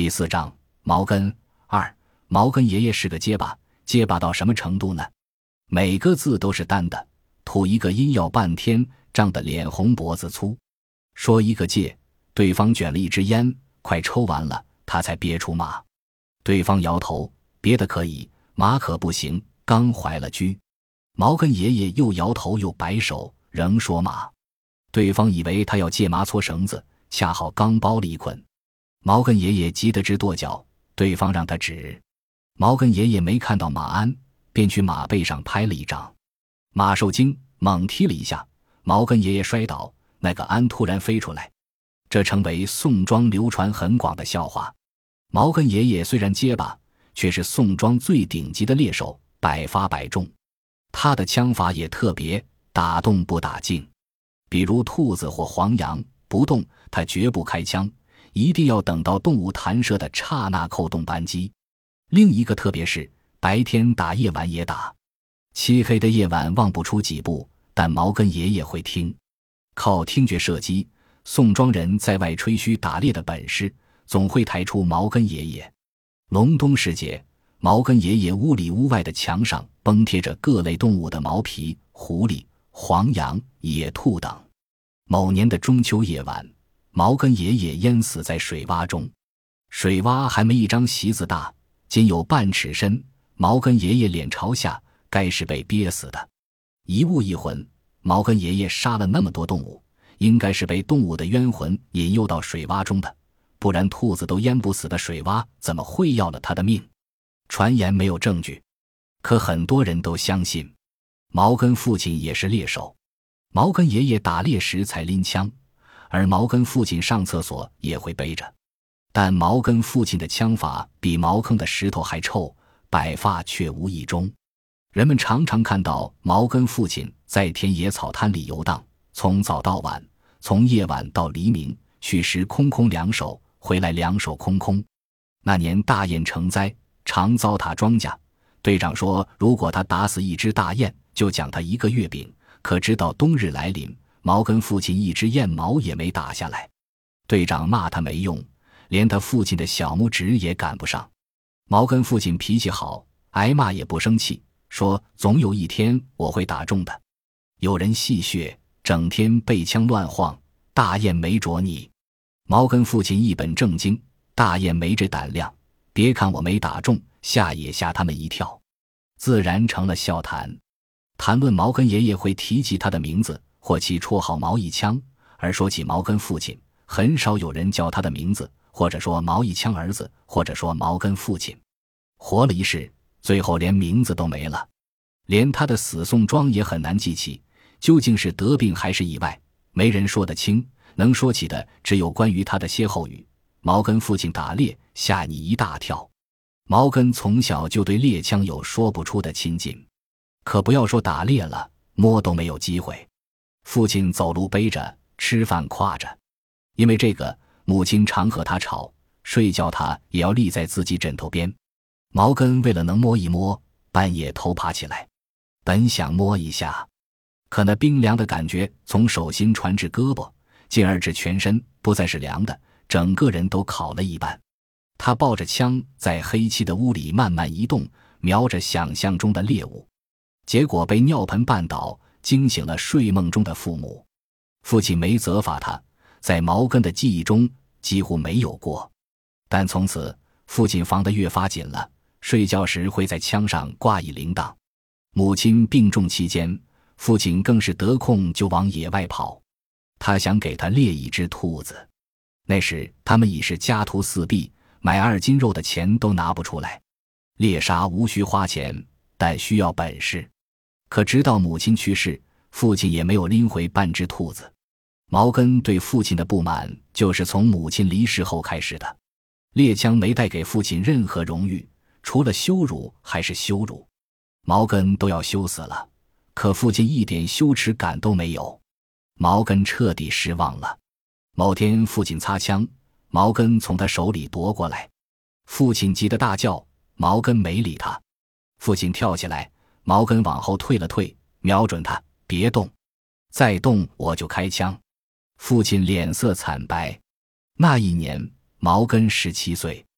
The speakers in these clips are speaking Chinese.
第4章毛根2。毛根爷爷是个结巴，结巴到什么程度呢？每个字都是单的，吐一个音要半天，胀得脸红脖子粗。说一个戒，对方卷了一支烟，快抽完了，他才憋出马。对方摇头，别的可以，马可不行，刚怀了疽。毛根爷爷又摇头又摆手，仍说马。对方以为他要借麻搓绳子，恰好刚包了一捆。毛根爷爷急得直跺脚，对方让他指。毛根爷爷没看到马鞍，便去马背上拍了一掌。马受惊，猛踢了一下，毛根爷爷摔倒，那个鞍突然飞出来，这成为宋庄流传很广的笑话。毛根爷爷虽然结巴，却是宋庄最顶级的猎手，百发百中。他的枪法也特别，打动不打静。比如兔子或黄羊不动，他绝不开枪，一定要等到动物弹射的刹那扣动扳机。另一个特别是白天打夜晚也打，漆黑的夜晚望不出几步，但毛根爷爷会听。靠听觉射击，宋庄人在外吹嘘打猎的本事，总会抬出毛根爷爷。隆冬时节，毛根爷爷屋里屋外的墙上绷贴着各类动物的毛皮，狐狸、黄羊、野兔等。某年的中秋夜晚，毛根爷爷淹死在水洼中。水洼还没一张席子大，仅有半尺深，毛根爷爷脸朝下，该是被憋死的。一物一魂，毛根爷爷杀了那么多动物，应该是被动物的冤魂引诱到水洼中的，不然兔子都淹不死的水洼怎么会要了他的命？传言没有证据，可很多人都相信。毛根父亲也是猎手，毛根爷爷打猎时才拎枪，而毛根父亲上厕所也会背着。但毛根父亲的枪法比茅坑的石头还臭，百发却无一中。人们常常看到毛根父亲在田野草滩里游荡，从早到晚，从夜晚到黎明，去时空空两手，回来两手空空。那年大雁成灾，常糟蹋庄稼，队长说如果他打死一只大雁，就奖他1个月饼。可直到冬日来临，毛根父亲一只雁毛也没打下来。队长骂他没用，连他父亲的小拇指也赶不上。毛根父亲脾气好，挨骂也不生气，说总有一天我会打中的。有人戏谑，整天背枪乱晃，大雁没啄你。毛根父亲一本正经，大雁没这胆量，别看我没打中，吓也吓他们一跳，自然成了笑谈。谈论毛根爷爷会提起他的名字或其绰号毛一枪，而说起毛根父亲，很少有人叫他的名字，或者说毛一枪儿子，或者说毛根父亲。活了一世，最后连名字都没了，连他的死宋庄也很难记起，究竟是得病还是意外，没人说得清。能说起的只有关于他的歇后语：毛根父亲打猎，吓你一大跳。毛根从小就对猎枪有说不出的亲近，可不要说打猎了，摸都没有机会。父亲走路背着，吃饭挎着，因为这个，母亲常和他吵，睡觉他也要立在自己枕头边。毛根为了能摸一摸，半夜偷爬起来，本想摸一下，可那冰凉的感觉从手心传至胳膊，进而至全身，不再是凉的，整个人都烤了一般。他抱着枪在黑漆的屋里慢慢移动，瞄着想象中的猎物，结果被尿盆绊倒，惊醒了睡梦中的父母。父亲没责罚他，在毛根的记忆中几乎没有过。但从此父亲防得越发紧了，睡觉时会在枪上挂一铃铛。母亲病重期间，父亲更是得空就往野外跑，他想给他猎一只兔子。那时他们已是家徒四壁，买2斤肉的钱都拿不出来。猎杀无需花钱，但需要本事。可直到母亲去世，父亲也没有拎回半只兔子。毛根对父亲的不满就是从母亲离世后开始的。猎枪没带给父亲任何荣誉，除了羞辱还是羞辱。毛根都要羞死了，可父亲一点羞耻感都没有。毛根彻底失望了。某天父亲擦枪，毛根从他手里夺过来，父亲急得大叫，毛根没理他。父亲跳起来，毛根往后退了退，瞄准他，别动，再动我就开枪。父亲脸色惨白。那一年毛根17岁。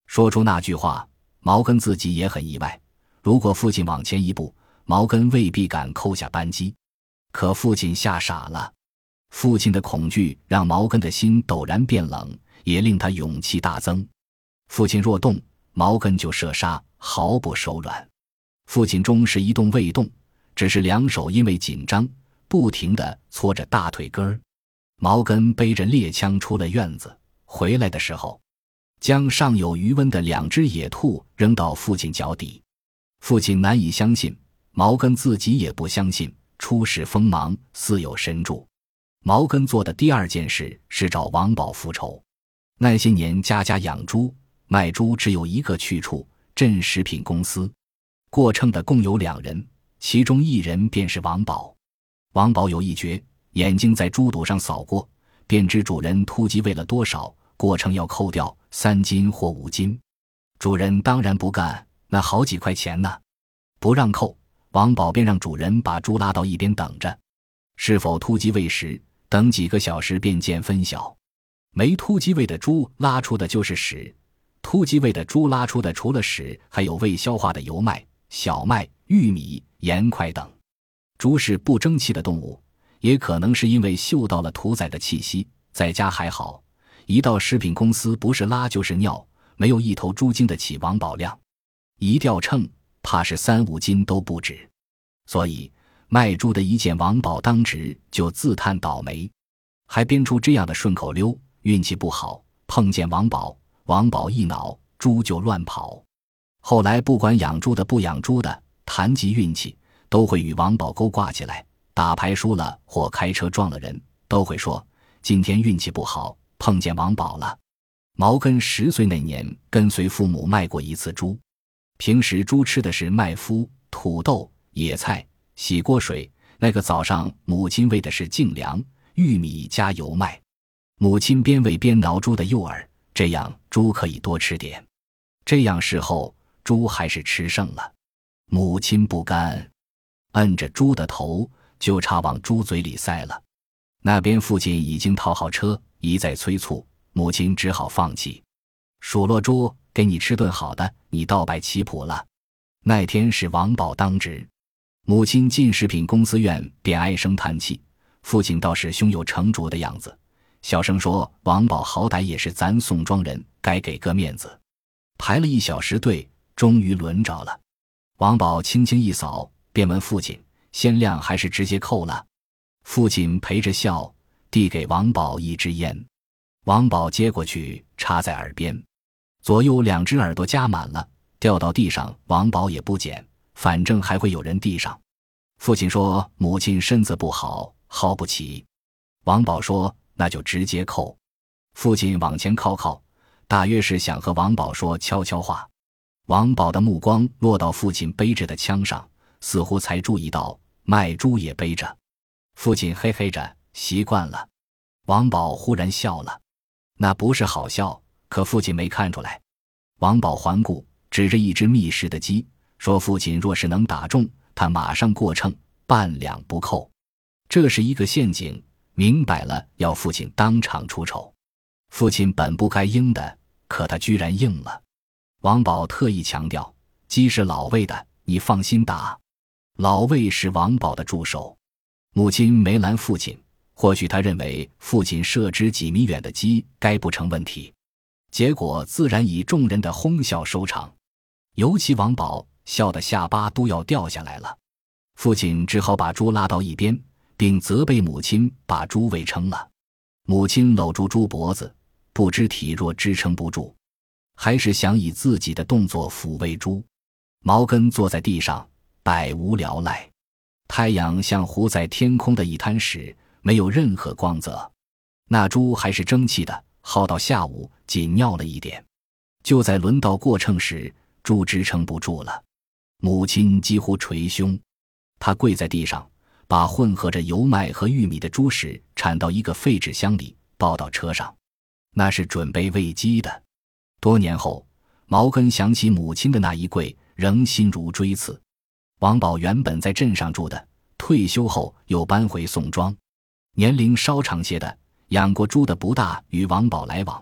说出那句话，毛根自己也很意外。如果父亲往前一步，毛根未必敢扣下扳机。可父亲吓傻了。父亲的恐惧让毛根的心陡然变冷，也令他勇气大增。父亲若动，毛根就射杀，毫不手软。父亲终是一动未动，只是两手因为紧张，不停地搓着大腿根儿。毛根背着猎枪出了院子，回来的时候，将尚有余温的2只野兔扔到父亲脚底。父亲难以相信，毛根自己也不相信，初时锋芒，似有神助。毛根做的第2件事是找王宝复仇。那些年家家养猪，卖猪只有一个去处，镇食品公司。过秤的共有2人，其中1人便是王宝。王宝有一绝，眼睛在猪肚上扫过，便知主人突击喂了多少，过秤要扣掉3斤或5斤。主人当然不干，那好几块钱呢。不让扣，王宝便让主人把猪拉到一边等着，是否突击喂食，等几个小时便见分晓。没突击喂的猪拉出的就是屎，突击喂的猪拉出的除了屎，还有未消化的油麦、小麦、玉米、盐块等。猪是不争气的动物，也可能是因为嗅到了屠宰的气息，在家还好，一到食品公司不是拉就是尿，没有一头猪经得起王宝量。一吊秤，怕是3-5斤都不止。所以卖猪的一见王宝当值，就自叹倒霉，还编出这样的顺口溜：运气不好，碰见王宝，王宝一恼，猪就乱跑。后来不管养猪的不养猪的，谈及运气，都会与王宝勾挂起来。打牌输了或开车撞了人，都会说今天运气不好，碰见王宝了。毛根10岁那年跟随父母卖过1次猪，平时猪吃的是麦麸、土豆、野菜、洗锅水，那个早上母亲喂的是净粮、玉米加油麦。母亲边喂边挠猪的右耳，这样猪可以多吃点。这样事后猪还是吃剩了，母亲不甘，摁着猪的头就差往猪嘴里塞了。那边父亲已经套好车，一再催促，母亲只好放弃。数落猪，给你吃顿好的，你倒摆棋谱了。那天是王宝当值，母亲进食品公司院便唉声叹气，父亲倒是胸有成竹的样子，小声说王宝好歹也是咱宋庄人，该给个面子。排了1小时队，终于轮着了。王宝轻轻一扫，便问父亲，鲜亮还是直接扣了？父亲陪着笑，递给王宝1支烟。王宝接过去，插在耳边，左右2只耳朵夹满了，掉到地上王宝也不捡，反正还会有人递上。父亲说母亲身子不好，薅不起。王宝说那就直接扣。父亲往前靠靠，大约是想和王宝说悄悄话。王宝的目光落到父亲背着的枪上，似乎才注意到卖猪也背着。父亲嘿嘿着，习惯了。王宝忽然笑了，那不是好笑，可父亲没看出来。王宝环顾，指着1只觅食的鸡，说父亲若是能打中，他马上过秤，半两不扣。这是一个陷阱，明摆了要父亲当场出丑。父亲本不该应的，可他居然应了。王宝特意强调，鸡是老魏的，你放心打。老魏是王宝的助手。母亲没拦父亲，或许他认为父亲射只几米远的鸡该不成问题，结果自然以众人的哄笑收场。尤其王宝笑得下巴都要掉下来了。父亲只好把猪拉到一边，并责备母亲把猪喂撑了。母亲搂住猪脖子，不知体弱支撑不住，还是想以自己的动作抚慰猪。毛根坐在地上，百无聊赖。太阳像糊在天空的一滩屎，没有任何光泽。那猪还是争气的，耗到下午仅尿了1点。就在轮到过秤时，猪支撑不住了，母亲几乎捶胸。她跪在地上，把混合着油麦和玉米的猪屎铲到一个废纸箱里，抱到车上。那是准备喂鸡的。多年后，毛根想起母亲的那一跪，仍心如锥刺。王宝原本在镇上住的，退休后又搬回宋庄。年龄稍长些的，养过猪的不大与王宝来往，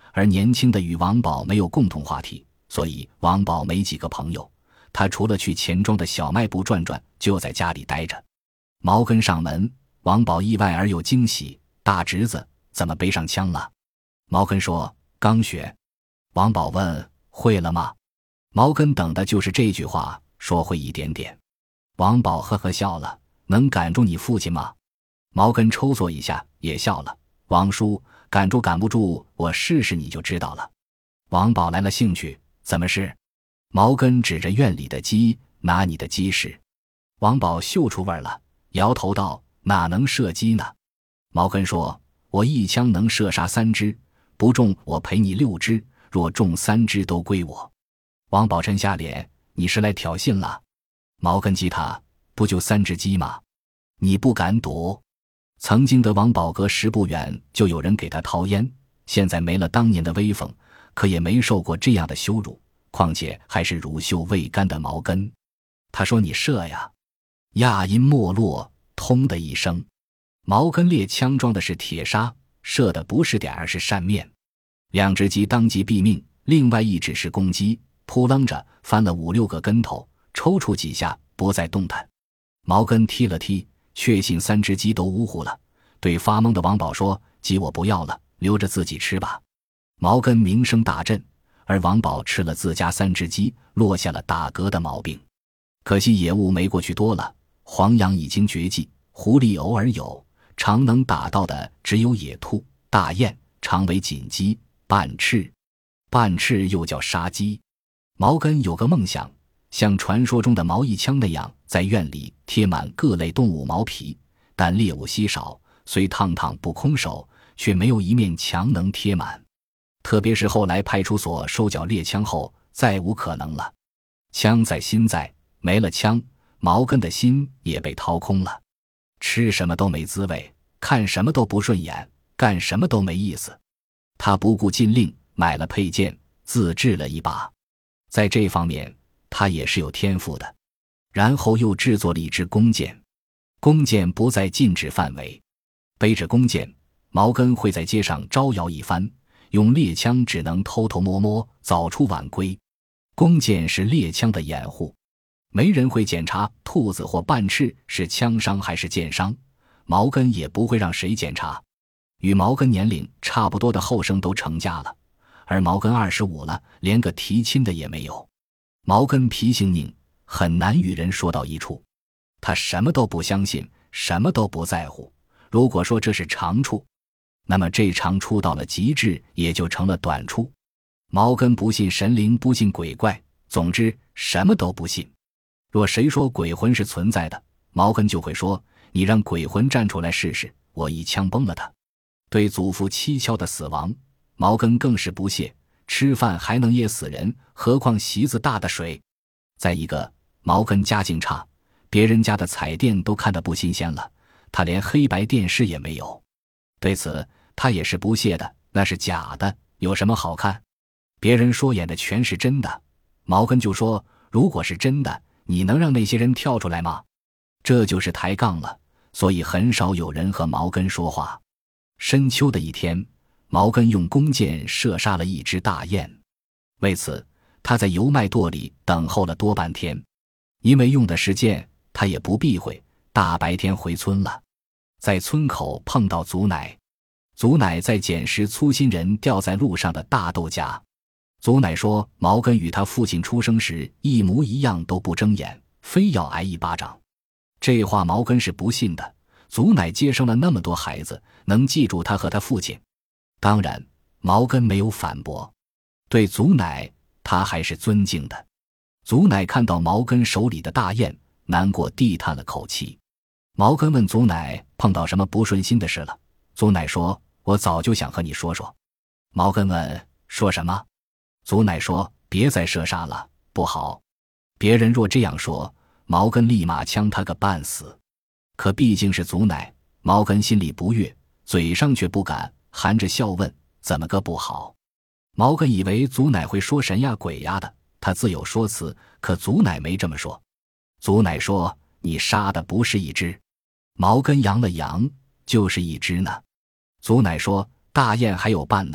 而年轻的与王宝没有共同话题，所以王宝没几个朋友，他除了去钱庄的小卖部转转，就在家里待着。毛根上门，王宝意外而又惊喜：“大侄子，怎么背上枪了？”毛根说：“刚学。”王宝问：“会了吗？”毛根等的就是这句话，说会一点点。王宝呵呵笑了：“能赶住你父亲吗？”毛根抽搐一下，也笑了：“王叔，赶住赶不住，我试试你就知道了。”王宝来了兴趣：“怎么是？”毛根指着院里的鸡：“拿你的鸡试。”王宝嗅出味了，摇头道：“哪能射鸡呢？”毛根说：“我一枪能射杀3只，不中我赔你6只，若中3只都归我。”王宝沉下脸：“你是来挑衅了？”毛根激他：“不就3只鸡吗？你不敢赌？”曾经的王宝隔10步远就有人给他掏烟，现在没了当年的威风，可也没受过这样的羞辱，况且还是乳臭未干的毛根。他说：“你射呀！”亚音没落，通的一声，毛根猎枪装的是铁砂，射的不是点而是扇面，2只鸡当即毙命，另外1只是公鸡，扑棱着翻了5、6个跟头，抽搐几下不再动弹。毛根踢了踢，确信3只鸡都呜呼了，对发懵的王宝说：“鸡我不要了，留着自己吃吧。”毛根名声大振，而王宝吃了自家3只鸡，落下了打嗝的毛病。可惜野物没过去多了，黄羊已经绝迹，狐狸偶尔有，常能打到的只有野兔、大雁，常为锦鸡、半翅。半翅又叫杀鸡。毛根有个梦想，像传说中的毛一枪那样，在院里贴满各类动物毛皮，但猎物稀少，虽趟趟不空手，却没有一面墙能贴满。特别是后来派出所收缴猎枪后，再无可能了。枪在心在，没了枪，毛根的心也被掏空了。吃什么都没滋味，看什么都不顺眼，干什么都没意思。他不顾禁令，买了佩剑，自制了一把。在这方面他也是有天赋的。然后又制作了一支弓箭，弓箭不在禁止范围。背着弓箭，毛根会在街上招摇一番，用猎枪只能偷偷摸摸，早出晚归。弓箭是猎枪的掩护，没人会检查兔子或半翅是枪伤还是箭伤，毛根也不会让谁检查。与毛根年龄差不多的后生都成家了，而毛根25了，连个提亲的也没有。毛根脾性拧，很难与人说到一处。他什么都不相信，什么都不在乎。如果说这是长处，那么这长处到了极致也就成了短处。毛根不信神灵，不信鬼怪，总之什么都不信。若谁说鬼魂是存在的，毛根就会说：“你让鬼魂站出来试试，我一枪崩了他。”对祖父蹊跷的死亡，毛根更是不屑，吃饭还能噎死人，何况席子大的水。再一个，毛根家境差，别人家的彩电都看得不新鲜了，他连黑白电视也没有。对此他也是不屑的，那是假的，有什么好看？别人说演的全是真的，毛根就说：“如果是真的，你能让那些人跳出来吗？”这就是抬杠了，所以很少有人和毛根说话。深秋的一天，毛根用弓箭射杀了1只大雁，为此他在油麦垛里等候了多半天。因为用的是箭，他也不避讳，大白天回村了。在村口碰到祖奶，祖奶在捡拾粗心人掉在路上的大豆荚。祖奶说毛根与他父亲出生时一模一样，都不睁眼，非要挨1巴掌。这话毛根是不信的，祖奶接生了那么多孩子，能记住他和他父亲？当然毛根没有反驳，对祖奶他还是尊敬的。祖奶看到毛根手里的大雁，难过地叹了口气。毛根问祖奶碰到什么不顺心的事了，祖奶说：“我早就想和你说说。”毛根问：“说什么？”祖奶说：“别再射杀了，不好。”别人若这样说，毛根立马呛他个半死。可毕竟是祖奶，毛根心里不悦，嘴上却不敢，含着笑问：“怎么个不好？”毛根以为祖奶会说神呀鬼呀的，他自有说辞，可祖奶没这么说。祖奶说：“你杀的不是1只。”毛根扬了扬：“就是1只呢。”祖奶说：“大雁还有半呢。”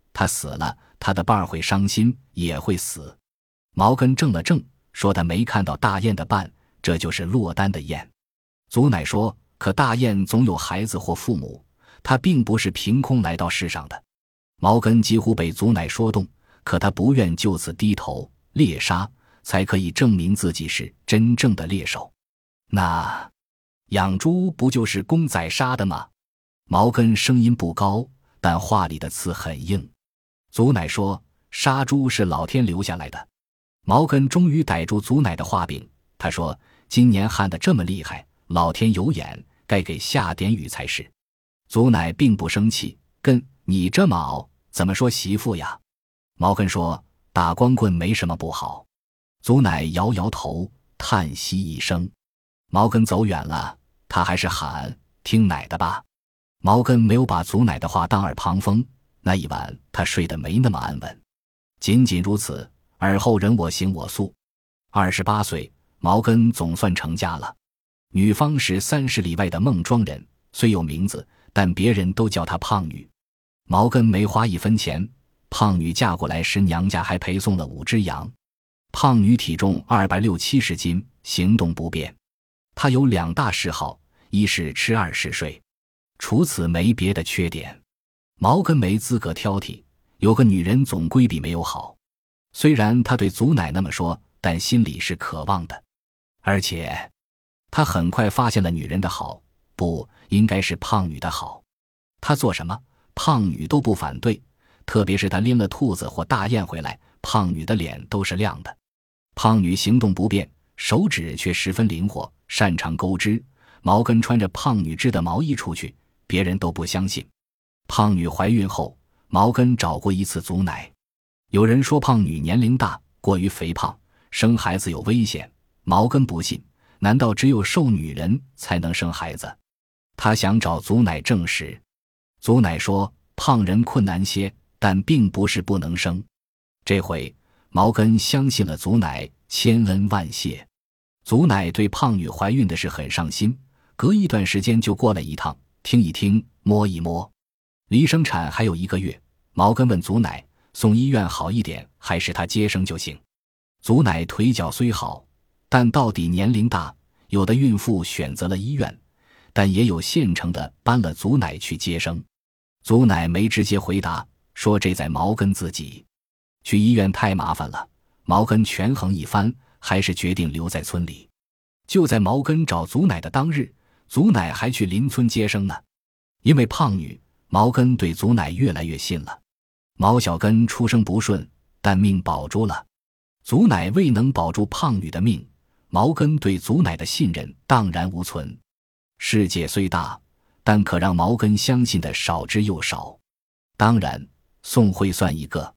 他死了，他的伴儿会伤心，也会死。毛根怔了怔，说他没看到大雁的伴，这就是落单的雁。祖乃说，可大雁总有孩子或父母，他并不是凭空来到世上的。毛根几乎被祖乃说动，可他不愿就此低头，猎杀才可以证明自己是真正的猎手。那养猪不就是公宰杀的吗？毛根声音不高，但话里的刺很硬。祖乃说，杀猪是老天留下来的。毛根终于逮住祖乃的话柄，他说，今年旱得这么厉害，老天有眼，该给下点雨才是。祖乃并不生气，跟你这么熬，怎么说媳妇呀？毛根说，打光棍没什么不好。祖乃摇摇头，叹息一声。毛根走远了，他还是喊，听奶的吧。毛根没有把祖乃的话当耳旁风，那一晚他睡得没那么安稳。仅仅如此，而后人我行我素。28岁，毛根总算成家了。女方是30里外的孟庄人，虽有名字，但别人都叫她胖女。毛根没花1分钱，胖女嫁过来时娘家还陪送了5只羊。胖女体重260-270斤，行动不便。她有2大嗜好，一是吃，二是睡，除此没别的缺点。毛根没资格挑剔，有个女人总归比没有好。虽然他对祖乃那么说，但心里是渴望的。而且他很快发现了女人的好，不应该是胖女的好。他做什么，胖女都不反对，特别是他拎了兔子或大雁回来，胖女的脸都是亮的。胖女行动不便，手指却十分灵活，擅长钩织。毛根穿着胖女织的毛衣出去，别人都不相信。胖女怀孕后，毛根找过一次祖乃。有人说胖女年龄大，过于肥胖，生孩子有危险。毛根不信，难道只有瘦女人才能生孩子？他想找祖乃证实。祖乃说，胖人困难些，但并不是不能生。这回毛根相信了祖乃，千恩万谢。祖乃对胖女怀孕的事很上心，隔一段时间就过来一趟，听一听，摸一摸。离生产还有1个月，毛根问祖乃，送医院好一点，还是他接生就行？祖乃腿脚虽好，但到底年龄大，有的孕妇选择了医院，但也有现成的搬了祖乃去接生。祖乃没直接回答，说这在毛根自己。去医院太麻烦了，毛根权衡一番，还是决定留在村里。就在毛根找祖乃的当日，祖乃还去邻村接生呢。因为胖女，毛根对祖乃越来越信了。毛小根出生不顺，但命保住了。祖乃未能保住胖女的命，毛根对祖乃的信任荡然无存。世界虽大，但可让毛根相信的少之又少。当然，宋慧算一个。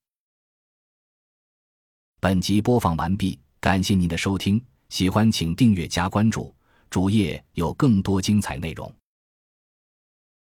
本集播放完毕，感谢您的收听，喜欢请订阅加关注，主页有更多精彩内容。